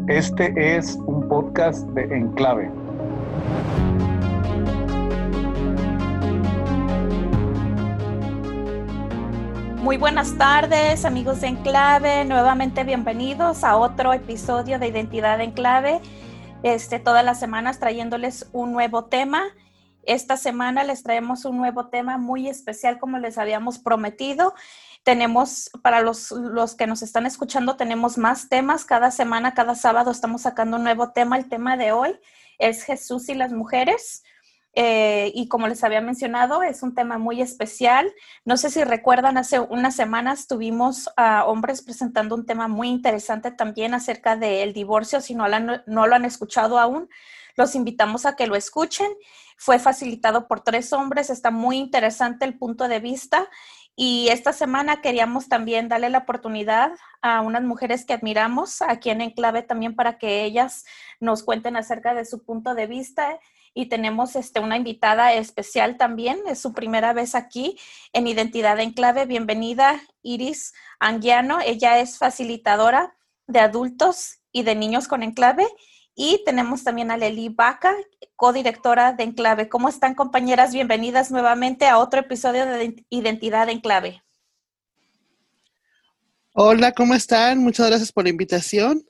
Este es un podcast de Enclave. Muy buenas tardes, amigos de Enclave. Nuevamente bienvenidos a otro episodio de Identidad Enclave. Todas las semanas trayéndoles un nuevo tema. Esta semana les traemos un nuevo tema muy especial, como les habíamos prometido. Tenemos, para los que nos están escuchando, tenemos más temas. Cada semana, cada sábado estamos sacando un nuevo tema. El tema de hoy es Jesús y las mujeres. Y como les había mencionado, es un tema muy especial. No sé si recuerdan, hace unas semanas tuvimos a hombres presentando un tema muy interesante también acerca del divorcio. Si no lo han escuchado aún, los invitamos a que lo escuchen. Fue facilitado por 3 hombres, está muy interesante el punto de vista. Y esta semana queríamos también darle la oportunidad a unas mujeres que admiramos aquí en Enclave también para que ellas nos cuenten acerca de su punto de vista. Y tenemos una invitada especial también, es su primera vez aquí en Identidad Enclave. Bienvenida, Iris Anguiano. Ella es facilitadora de adultos y de niños con Enclave. Y tenemos también a Lely Baca, codirectora de Enclave. ¿Cómo están, compañeras? Bienvenidas nuevamente a otro episodio de Identidad Enclave. Hola, ¿cómo están? Muchas gracias por la invitación.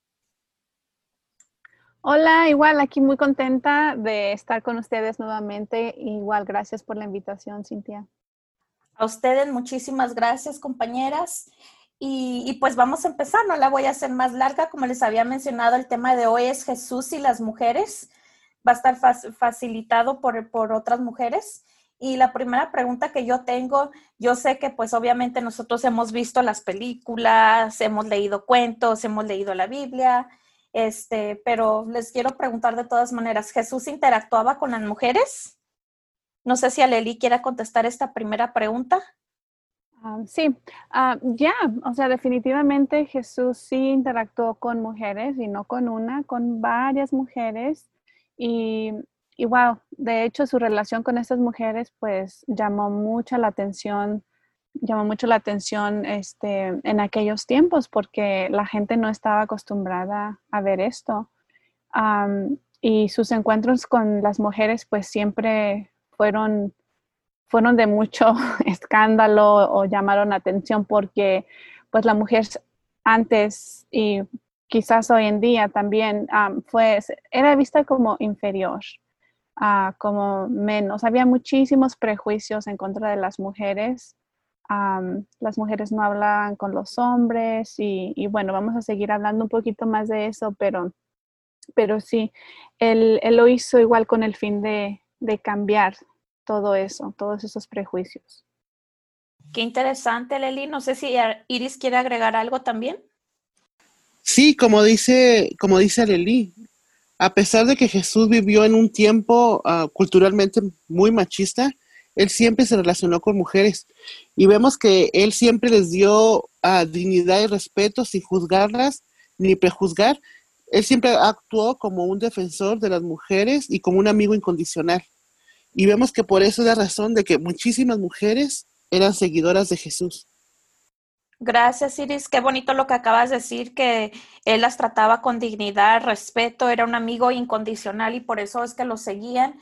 Hola, igual aquí muy contenta de estar con ustedes nuevamente. Igual, gracias por la invitación, Cintia. A ustedes muchísimas gracias, compañeras. Y pues vamos a empezar, no la voy a hacer más larga. Como les había mencionado, el tema de hoy es Jesús y las mujeres. Va a estar facilitado por otras mujeres. Y la primera pregunta que yo tengo, yo sé que pues obviamente nosotros hemos visto las películas, hemos leído cuentos, hemos leído la Biblia, pero les quiero preguntar de todas maneras, ¿Jesús interactuaba con las mujeres? No sé si Lely quiera contestar esta primera pregunta. Sí, o sea, definitivamente Jesús sí interactuó con mujeres y no con una, con varias mujeres y wow, de hecho su relación con estas mujeres pues llamó mucho la atención en aquellos tiempos porque la gente no estaba acostumbrada a ver esto. Y sus encuentros con las mujeres pues siempre fueron de mucho escándalo o llamaron atención porque pues la mujer antes y quizás hoy en día también era vista como inferior, como menos. Había muchísimos prejuicios en contra de las mujeres. Las mujeres no hablaban con los hombres y bueno, vamos a seguir hablando un poquito más de eso, pero sí, él lo hizo igual con el fin de cambiar todo eso, todos esos prejuicios. Qué interesante, Lely. No sé si Iris quiere agregar algo también. Sí, como dice Lely, a pesar de que Jesús vivió en un tiempo culturalmente muy machista, él siempre se relacionó con mujeres y vemos que él siempre les dio dignidad y respeto sin juzgarlas ni prejuzgar. Él siempre actuó como un defensor de las mujeres y como un amigo incondicional. Y vemos que por eso es la razón de que muchísimas mujeres eran seguidoras de Jesús. Gracias, Iris. Qué bonito lo que acabas de decir, que él las trataba con dignidad, respeto, era un amigo incondicional y por eso es que lo seguían.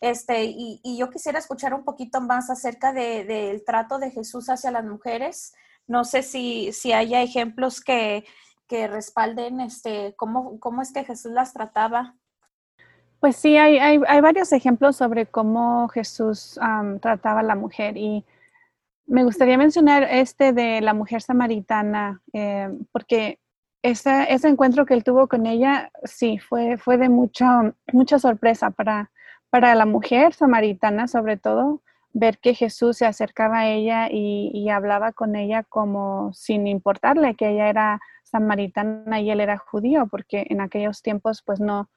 Y yo quisiera escuchar un poquito más acerca del trato de Jesús hacia las mujeres. No sé si haya ejemplos que respalden cómo es que Jesús las trataba. Pues sí, hay varios ejemplos sobre cómo Jesús trataba a la mujer y me gustaría mencionar de la mujer samaritana, porque ese encuentro que él tuvo con ella, sí, fue de mucha sorpresa para la mujer samaritana, sobre todo, ver que Jesús se acercaba a ella y hablaba con ella como sin importarle que ella era samaritana y él era judío, porque en aquellos tiempos pues no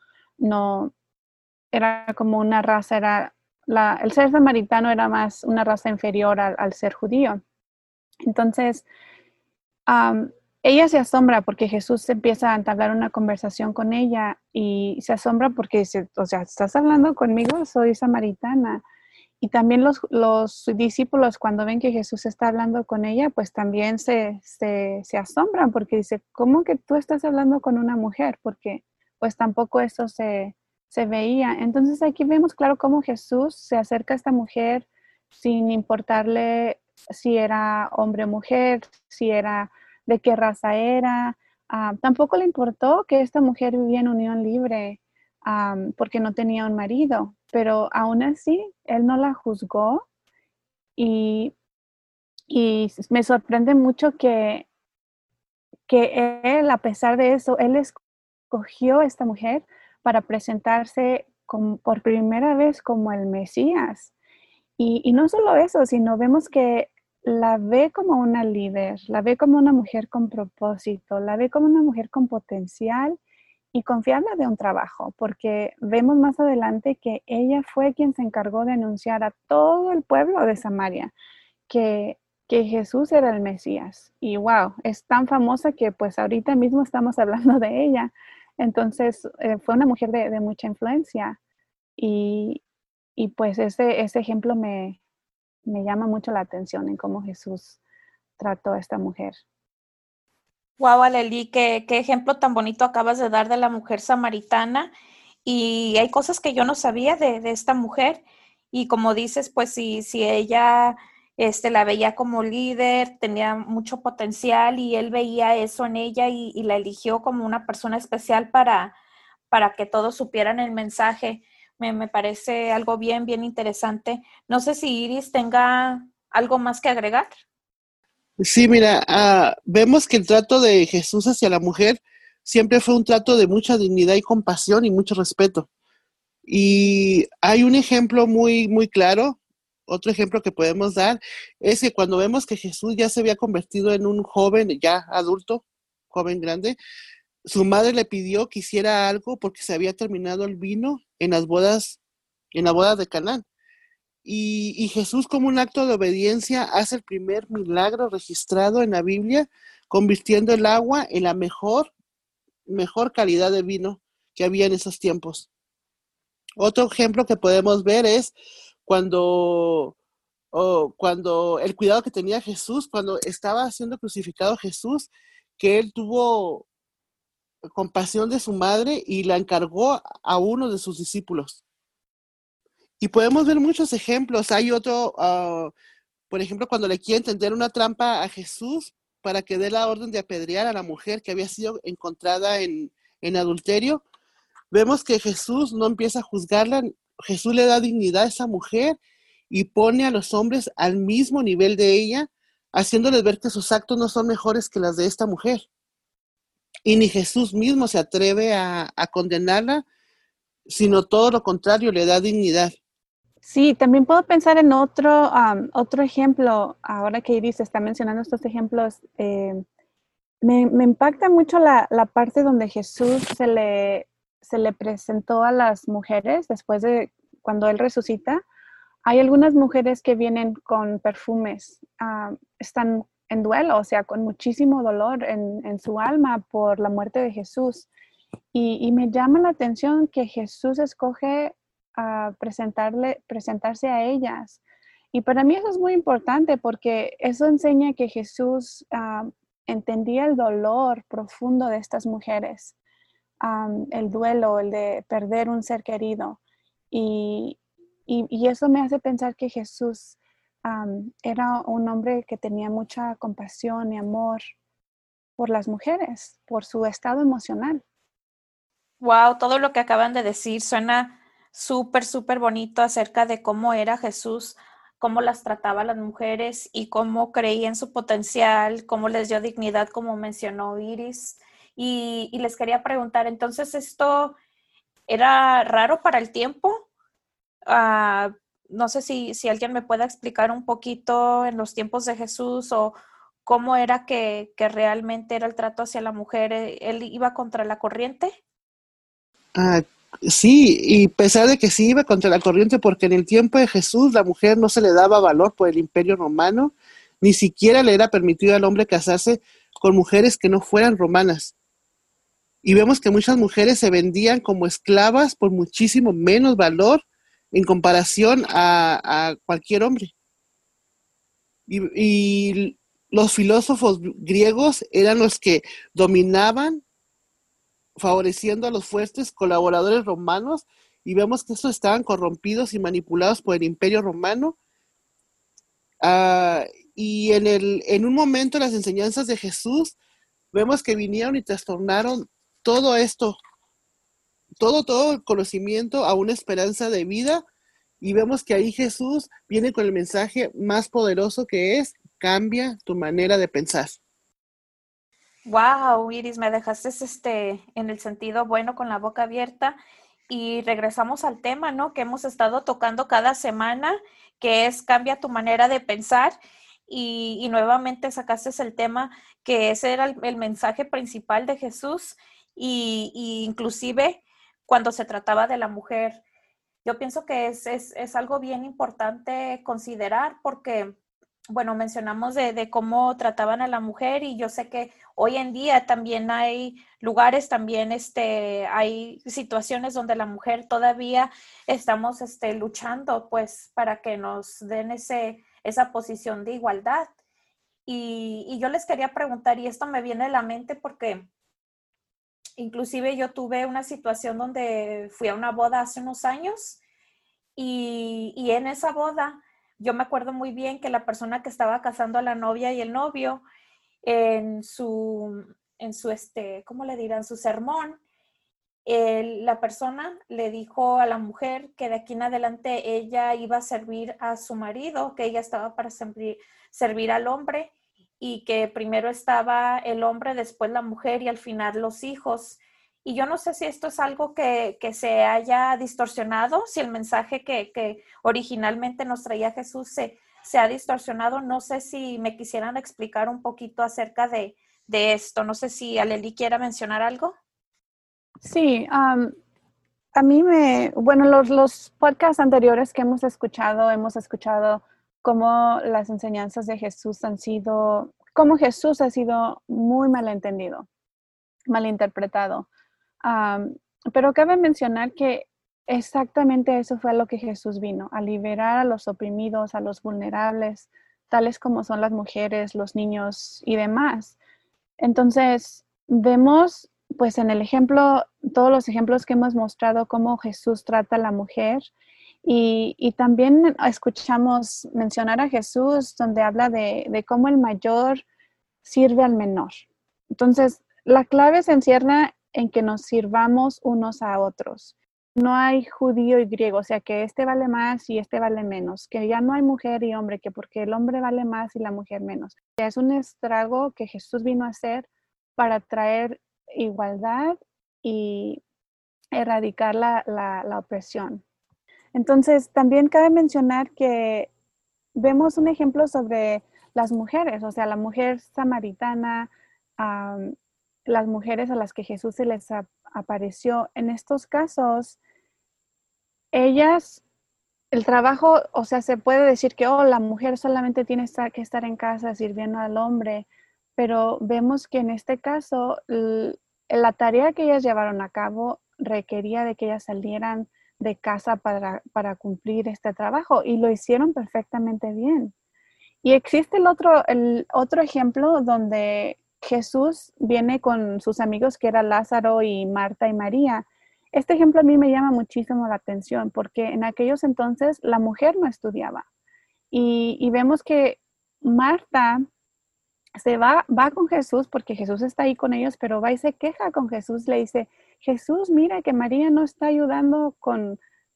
era como una raza, el ser samaritano era más una raza inferior al ser judío. Entonces, ella se asombra porque Jesús empieza a entablar una conversación con ella y se asombra porque dice, o sea, ¿estás hablando conmigo? Soy samaritana. y también los discípulos cuando ven que Jesús está hablando con ella, pues también se asombran porque dice, ¿cómo que tú estás hablando con una mujer? Porque pues tampoco eso se veía. Entonces aquí vemos claro cómo Jesús se acerca a esta mujer sin importarle si era hombre o mujer, si era de qué raza era. Tampoco le importó que esta mujer vivía en unión libre porque no tenía un marido, pero aún así él no la juzgó y me sorprende mucho que él, a pesar de eso, él escogió a esta mujer para presentarse por primera vez como el Mesías. Y no solo eso, sino vemos que la ve como una líder, la ve como una mujer con propósito, la ve como una mujer con potencial y confiarle de un trabajo, porque vemos más adelante que ella fue quien se encargó de anunciar a todo el pueblo de Samaria que Jesús era el Mesías. Y wow, es tan famosa que pues ahorita mismo estamos hablando de ella. Entonces fue una mujer de mucha influencia y pues ese ejemplo me llama mucho la atención en cómo Jesús trató a esta mujer. Wow, Aleli, qué ejemplo tan bonito acabas de dar de la mujer samaritana. Y hay cosas que yo no sabía de esta mujer. Y como dices, pues si ella la veía como líder, tenía mucho potencial y él veía eso en ella y la eligió como una persona especial para que todos supieran el mensaje. Me parece algo bien interesante. No sé si Iris tenga algo más que agregar. Sí, mira, vemos que el trato de Jesús hacia la mujer siempre fue un trato de mucha dignidad y compasión y mucho respeto. Y hay un ejemplo muy, muy claro, otro ejemplo que podemos dar, es que cuando vemos que Jesús ya se había convertido en un joven, ya adulto, joven grande, su madre le pidió que hiciera algo porque se había terminado el vino en la boda de Caná. Y Jesús, como un acto de obediencia, hace el primer milagro registrado en la Biblia, convirtiendo el agua en la mejor calidad de vino que había en esos tiempos. Otro ejemplo que podemos ver es cuando el cuidado que tenía Jesús, cuando estaba siendo crucificado Jesús, que él tuvo compasión de su madre y la encargó a uno de sus discípulos. Y podemos ver muchos ejemplos. Hay otro, por ejemplo, cuando le quieren tender una trampa a Jesús para que dé la orden de apedrear a la mujer que había sido encontrada en adulterio, vemos que Jesús no empieza a juzgarla. Jesús le da dignidad a esa mujer y pone a los hombres al mismo nivel de ella, haciéndoles ver que sus actos no son mejores que las de esta mujer. Y ni Jesús mismo se atreve a condenarla, sino todo lo contrario, le da dignidad. Sí, también puedo pensar en otro ejemplo, ahora que Iris está mencionando estos ejemplos, me impacta mucho la parte donde Jesús se le presentó a las mujeres después de cuando Él resucita. Hay algunas mujeres que vienen con perfumes, están en duelo, o sea, con muchísimo dolor en su alma por la muerte de Jesús. Y me llama la atención que Jesús escoge presentarse a ellas. Y para mí eso es muy importante porque eso enseña que Jesús entendía el dolor profundo de estas mujeres, el duelo, el de perder un ser querido. Y eso me hace pensar que Jesús era un hombre que tenía mucha compasión y amor por las mujeres, por su estado emocional. Wow, todo lo que acaban de decir suena súper bonito acerca de cómo era Jesús, cómo las trataba a las mujeres y cómo creía en su potencial, cómo les dio dignidad, como mencionó Iris. Y les quería preguntar, entonces, ¿esto era raro para el tiempo? No sé si alguien me pueda explicar un poquito en los tiempos de Jesús o cómo era que realmente era el trato hacia la mujer. ¿Él iba contra la corriente? Sí, y a pesar de que sí iba contra la corriente, porque en el tiempo de Jesús la mujer no se le daba valor por el Imperio Romano, ni siquiera le era permitido al hombre casarse con mujeres que no fueran romanas. Y vemos que muchas mujeres se vendían como esclavas por muchísimo menos valor en comparación a cualquier hombre. Y los filósofos griegos eran los que dominaban, favoreciendo a los fuertes colaboradores romanos, y vemos que estos estaban corrompidos y manipulados por el Imperio Romano. Y en un momento las enseñanzas de Jesús, vemos que vinieron y trastornaron todo esto, todo el conocimiento a una esperanza de vida, y vemos que ahí Jesús viene con el mensaje más poderoso, que es: cambia tu manera de pensar. Wow, Iris, me dejaste en el sentido bueno, con la boca abierta, y regresamos al tema, ¿no? Que hemos estado tocando cada semana, que es cambia tu manera de pensar, y nuevamente sacaste el tema que ese era el mensaje principal de Jesús, y inclusive cuando se trataba de la mujer. Yo pienso que es algo bien importante considerar, porque, bueno, mencionamos de cómo trataban a la mujer, y yo sé que hoy en día también hay lugares, también hay situaciones donde la mujer todavía estamos luchando pues para que nos den esa posición de igualdad. Y yo les quería preguntar, y esto me viene a la mente porque inclusive yo tuve una situación donde fui a una boda hace unos años, y en esa boda yo me acuerdo muy bien que la persona que estaba casando a la novia y el novio, ¿cómo le dirán? Su sermón, la persona le dijo a la mujer que de aquí en adelante ella iba a servir a su marido, que ella estaba para servir al hombre, y que primero estaba el hombre, después la mujer y al final los hijos. Y yo no sé si esto es algo que se haya distorsionado, si el mensaje que originalmente nos traía Jesús se ha distorsionado. No sé si me quisieran explicar un poquito acerca de esto. No sé si Aleli quiera mencionar algo. Sí, a mí bueno, los podcasts anteriores que hemos escuchado cómo las enseñanzas de Jesús cómo Jesús ha sido muy malentendido, malinterpretado. Pero cabe mencionar que exactamente eso fue a lo que Jesús vino, a liberar a los oprimidos, a los vulnerables, tales como son las mujeres, los niños y demás. Entonces, vemos pues en el ejemplo, todos los ejemplos que hemos mostrado, cómo Jesús trata a la mujer, y también escuchamos mencionar a Jesús donde habla de cómo el mayor sirve al menor. Entonces, la clave se encierra en que nos sirvamos unos a otros. No hay judío y griego, o sea, que este vale más y este vale menos, que ya no hay mujer y hombre, que porque el hombre vale más y la mujer menos. O sea, es un estrago que Jesús vino a hacer para traer igualdad y erradicar la opresión. Entonces, también cabe mencionar que vemos un ejemplo sobre las mujeres, o sea, la mujer samaritana, las mujeres a las que Jesús se les apareció. En estos casos, ellas, el trabajo, o sea, se puede decir que, la mujer solamente tiene que estar en casa sirviendo al hombre, pero vemos que en este caso, la tarea que ellas llevaron a cabo requería de que ellas salieran de casa para cumplir este trabajo, y lo hicieron perfectamente bien. Y existe el otro ejemplo donde Jesús viene con sus amigos, que era Lázaro y Marta y María. Este ejemplo a mí me llama muchísimo la atención porque en aquellos entonces la mujer no estudiaba. Y vemos que Marta va con Jesús porque Jesús está ahí con ellos, pero va y se queja con Jesús. Le dice: Jesús, mira que María no está ayudando con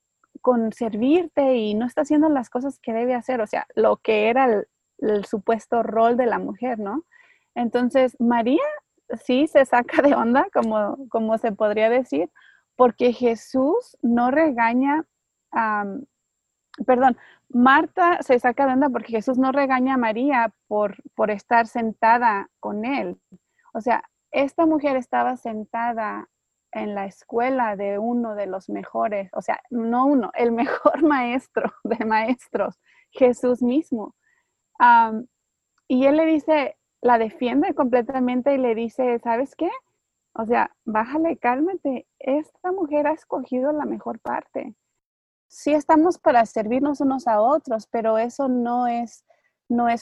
servirte y no está haciendo las cosas que debe hacer. O sea, lo que era el supuesto rol de la mujer, ¿no? Entonces, María sí se saca de onda, como se podría decir, porque Jesús no regaña, Marta se saca de onda porque Jesús no regaña a María por estar sentada con él. O sea, esta mujer estaba sentada en la escuela de uno de los mejores, o sea, el mejor maestro de maestros, Jesús mismo. Y él le dice, la defiende completamente y le dice: ¿sabes qué? O sea, bájale, cálmate. Esta mujer ha escogido la mejor parte. sí estamos para servirnos unos a otros, pero eso no es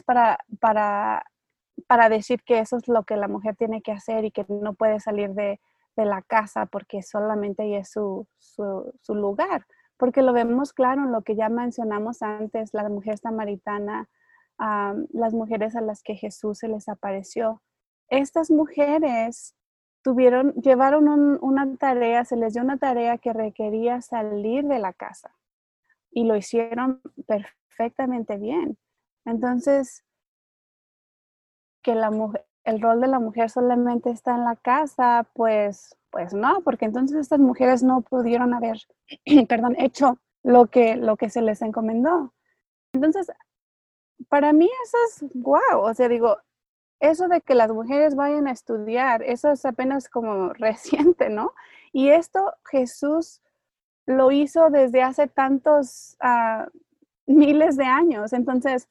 para decir que eso es lo que la mujer tiene que hacer y que no puede salir de la casa porque solamente ahí es su lugar. Porque lo vemos claro en lo que ya mencionamos antes, la mujer samaritana, las mujeres a las que Jesús se les apareció. Estas mujeres llevaron una tarea, se les dio una tarea que requería salir de la casa y lo hicieron perfectamente bien. Entonces, que el rol de la mujer solamente está en la casa, pues no, porque entonces estas mujeres no pudieron haber, perdón, hecho lo que se les encomendó. Entonces, para mí eso es guau, o sea, digo, eso de que las mujeres vayan a estudiar, eso es apenas como reciente, ¿no? Y esto Jesús lo hizo desde hace tantos miles de años. Entonces,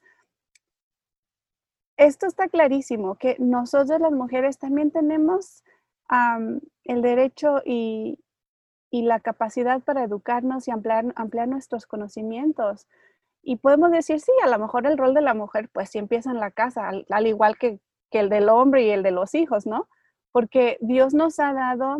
esto está clarísimo, que nosotros las mujeres también tenemos el derecho y la capacidad para educarnos y ampliar nuestros conocimientos. Y podemos decir, sí, a lo mejor el rol de la mujer, pues sí empieza en la casa, al igual que el del hombre y el de los hijos, ¿no? Porque Dios nos ha dado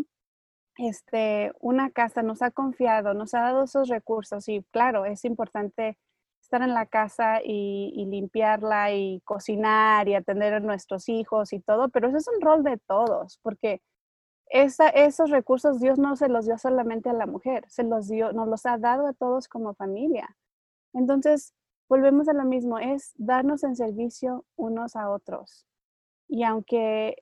una casa, nos ha confiado, nos ha dado esos recursos y claro, es importante estar en la casa y limpiarla y cocinar y atender a nuestros hijos y todo, pero eso es un rol de todos, porque esos recursos Dios no se los dio solamente a la mujer, nos los ha dado a todos como familia. Entonces, volvemos a lo mismo, es darnos en servicio unos a otros. Y aunque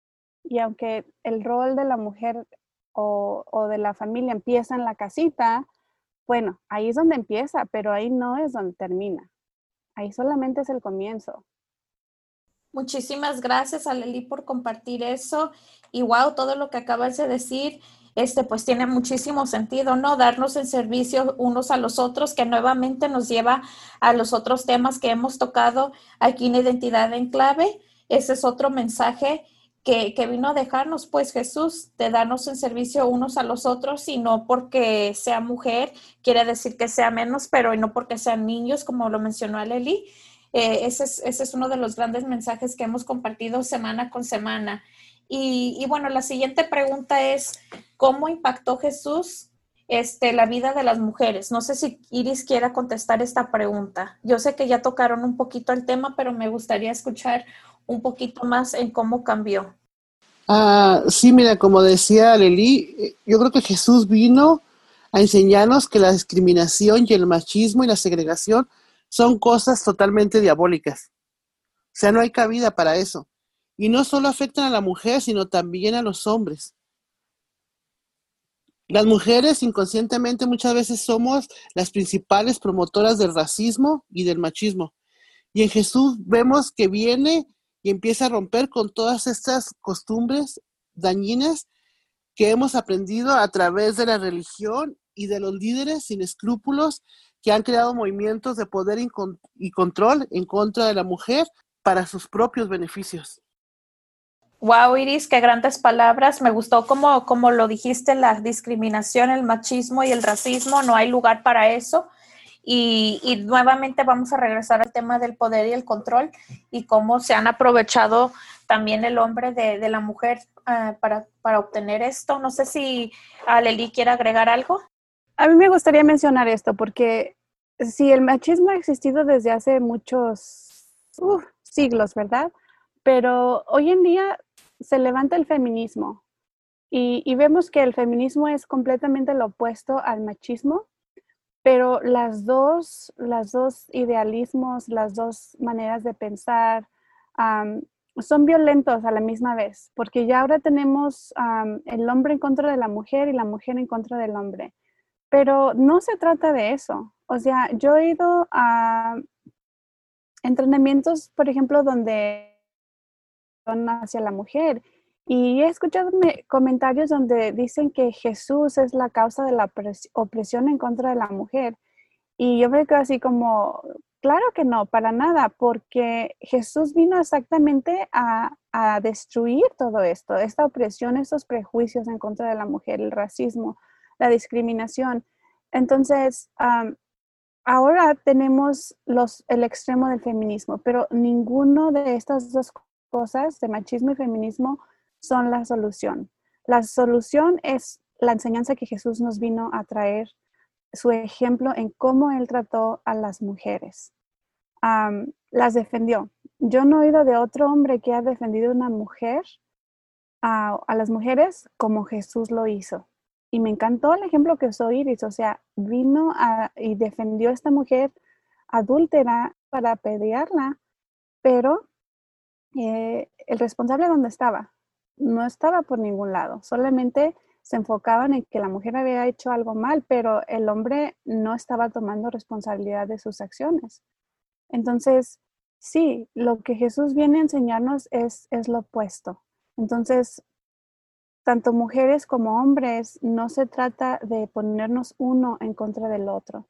el rol de la mujer o de la familia empieza en la casita, bueno, ahí es donde empieza, pero ahí no es donde termina. Ahí solamente es el comienzo. Muchísimas gracias, Aleli, por compartir eso. Y wow, todo lo que acabas de decir, pues tiene muchísimo sentido, ¿no? Darnos en servicio unos a los otros, que nuevamente nos lleva a los otros temas que hemos tocado aquí en Identidad en Clave. Ese es otro mensaje que vino a dejarnos, pues, Jesús, de darnos en servicio unos a los otros, y no porque sea mujer, quiere decir que sea menos, pero no porque sean niños, como lo mencionó Aleli. Ese es uno de los grandes mensajes que hemos compartido semana con semana. Y bueno, la siguiente pregunta es, ¿cómo impactó Jesús la vida de las mujeres? No sé si Iris quiera contestar esta pregunta. Yo sé que ya tocaron un poquito el tema, pero me gustaría escuchar un poquito más en cómo cambió. Sí, mira, como decía Leli, yo creo que Jesús vino a enseñarnos que la discriminación y el machismo y la segregación son cosas totalmente diabólicas. O sea, no hay cabida para eso. Y no solo afectan a la mujer, sino también a los hombres. Las mujeres inconscientemente muchas veces somos las principales promotoras del racismo y del machismo. Y en Jesús vemos que viene y empieza a romper con todas estas costumbres dañinas que hemos aprendido a través de la religión y de los líderes sin escrúpulos que han creado movimientos de poder y control en contra de la mujer para sus propios beneficios. Wow, Iris, qué grandes palabras. Me gustó como lo dijiste, la discriminación, el machismo y el racismo, no hay lugar para eso. Y nuevamente vamos a regresar al tema del poder y el control y cómo se han aprovechado también el hombre de la mujer para obtener esto. No sé si Aleli quiere agregar algo. A mí me gustaría mencionar esto porque sí, el machismo ha existido desde hace muchos siglos, ¿verdad? Pero hoy en día se levanta el feminismo y vemos que el feminismo es completamente lo opuesto al machismo, pero las dos idealismos, las dos maneras de pensar son violentos a la misma vez, porque ya ahora tenemos el hombre en contra de la mujer y la mujer en contra del hombre, pero no se trata de eso. O sea, yo he ido a entrenamientos, por ejemplo, donde hacia la mujer. Y he escuchado comentarios donde dicen que Jesús es la causa de la opresión en contra de la mujer. Y yo me quedo así como, claro que no, para nada, porque Jesús vino exactamente a destruir todo esto, esta opresión, estos prejuicios en contra de la mujer, el racismo, la discriminación. Entonces, ahora tenemos el extremo del feminismo, pero ninguno de estas dos cosas, de machismo y feminismo, son la solución. La solución es la enseñanza que Jesús nos vino a traer, su ejemplo en cómo Él trató a las mujeres. Las defendió. Yo no he oído de otro hombre que ha defendido a una mujer, a las mujeres, como Jesús lo hizo. Y me encantó el ejemplo que usó Iris, o sea, vino y defendió a esta mujer adúltera para apedrearla, pero el responsable, ¿dónde estaba? No estaba por ningún lado, solamente se enfocaban en que la mujer había hecho algo mal, pero el hombre no estaba tomando responsabilidad de sus acciones. Entonces, sí, lo que Jesús viene a enseñarnos es lo opuesto. Entonces, tanto mujeres como hombres, no se trata de ponernos uno en contra del otro.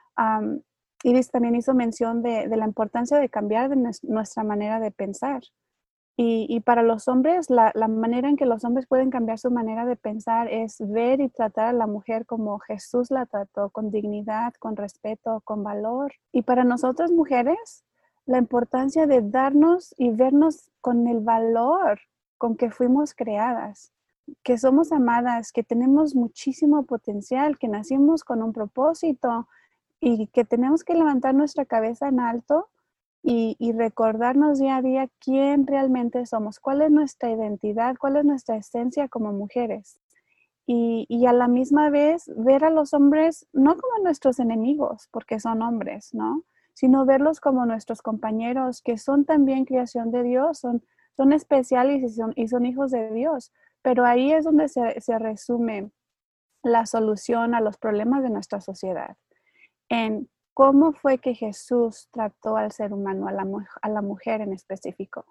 Iris también hizo mención de la importancia de cambiar nuestra manera de pensar. Y para los hombres, la manera en que los hombres pueden cambiar su manera de pensar es ver y tratar a la mujer como Jesús la trató, con dignidad, con respeto, con valor. Y para nosotras mujeres, la importancia de darnos y vernos con el valor con que fuimos creadas, que somos amadas, que tenemos muchísimo potencial, que nacimos con un propósito y que tenemos que levantar nuestra cabeza en alto y recordarnos día a día quién realmente somos, cuál es nuestra identidad, cuál es nuestra esencia como mujeres. Y a la misma vez ver a los hombres no como nuestros enemigos, porque son hombres, ¿no? Sino verlos como nuestros compañeros, que son también creación de Dios, son especiales y son hijos de Dios. Pero ahí es donde se resume la solución a los problemas de nuestra sociedad. En cómo fue que Jesús trató al ser humano, a la mujer en específico.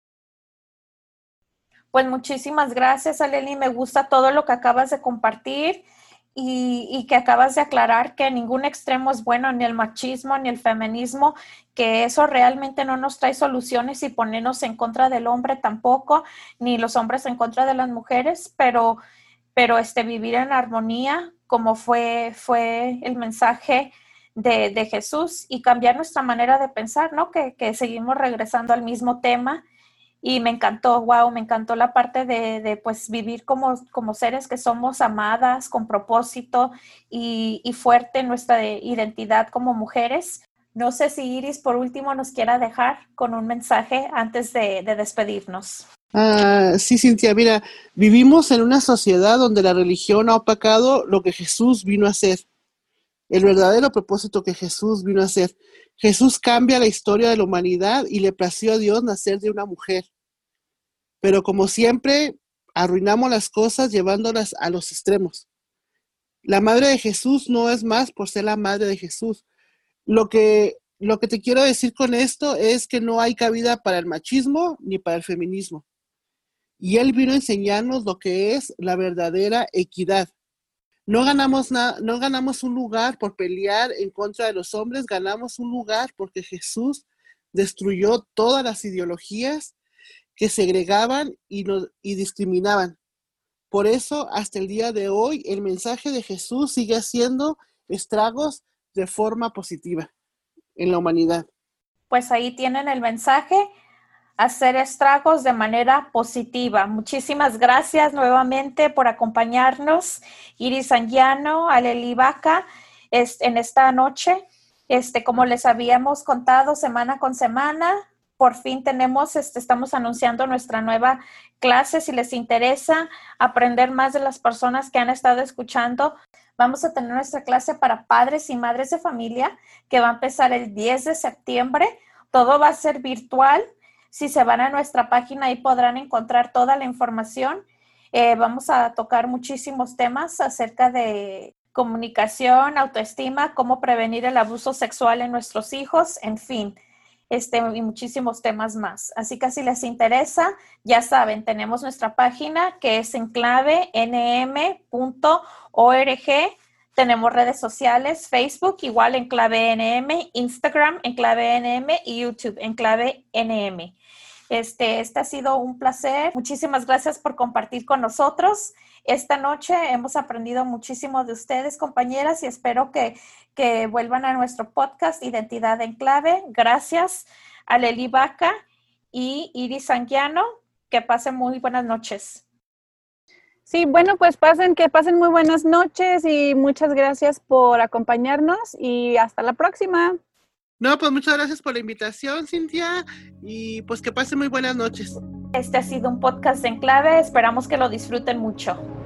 Pues muchísimas gracias, Aleli. Me gusta todo lo que acabas de compartir y que acabas de aclarar que ningún extremo es bueno, ni el machismo, ni el feminismo, que eso realmente no nos trae soluciones y ponernos en contra del hombre tampoco, ni los hombres en contra de las mujeres, pero vivir en armonía, como fue el mensaje de Jesús, y cambiar nuestra manera de pensar, ¿no? Que seguimos regresando al mismo tema. Y me encantó, wow, me encantó la parte de pues vivir como seres que somos amadas, con propósito y fuerte en nuestra identidad como mujeres. No sé si Iris por último nos quiera dejar con un mensaje antes de despedirnos. Sí, Cintia, mira, vivimos en una sociedad donde la religión ha opacado lo que Jesús vino a hacer, el verdadero propósito que Jesús vino a hacer. Jesús cambia la historia de la humanidad y le plació a Dios nacer de una mujer. Pero como siempre, arruinamos las cosas llevándolas a los extremos. La madre de Jesús no es más por ser la madre de Jesús. Lo que te quiero decir con esto es que no hay cabida para el machismo ni para el feminismo. Y Él vino a enseñarnos lo que es la verdadera equidad. No ganamos un lugar por pelear en contra de los hombres, ganamos un lugar porque Jesús destruyó todas las ideologías que segregaban y discriminaban. Por eso, hasta el día de hoy, el mensaje de Jesús sigue haciendo estragos de forma positiva en la humanidad. Pues ahí tienen el mensaje, hacer estragos de manera positiva. Muchísimas gracias nuevamente por acompañarnos, Iris Anguiano, Aleli Vaca, en esta noche. Como les habíamos contado semana con semana, por fin estamos anunciando nuestra nueva clase. Si les interesa aprender más de las personas que han estado escuchando, vamos a tener nuestra clase para padres y madres de familia que va a empezar el 10 de septiembre. Todo va a ser virtual. Si se van a nuestra página, ahí podrán encontrar toda la información. Vamos a tocar muchísimos temas acerca de comunicación, autoestima, cómo prevenir el abuso sexual en nuestros hijos, en fin, y muchísimos temas más. Así que si les interesa, ya saben, tenemos nuestra página que es enclavenm.org. Tenemos redes sociales, Facebook, igual Enclave NM, Instagram, Enclave NM y YouTube, Enclave NM. Este ha sido un placer. Muchísimas gracias por compartir con nosotros. Esta noche hemos aprendido muchísimo de ustedes, compañeras, y espero que vuelvan a nuestro podcast Identidad en Clave. Gracias a Lely Baca y Iris Anguiano. Que pasen muy buenas noches. Sí, bueno, pues que pasen muy buenas noches y muchas gracias por acompañarnos y hasta la próxima. No, pues muchas gracias por la invitación, Cintia, y pues que pasen muy buenas noches. Este ha sido un podcast en clave, esperamos que lo disfruten mucho.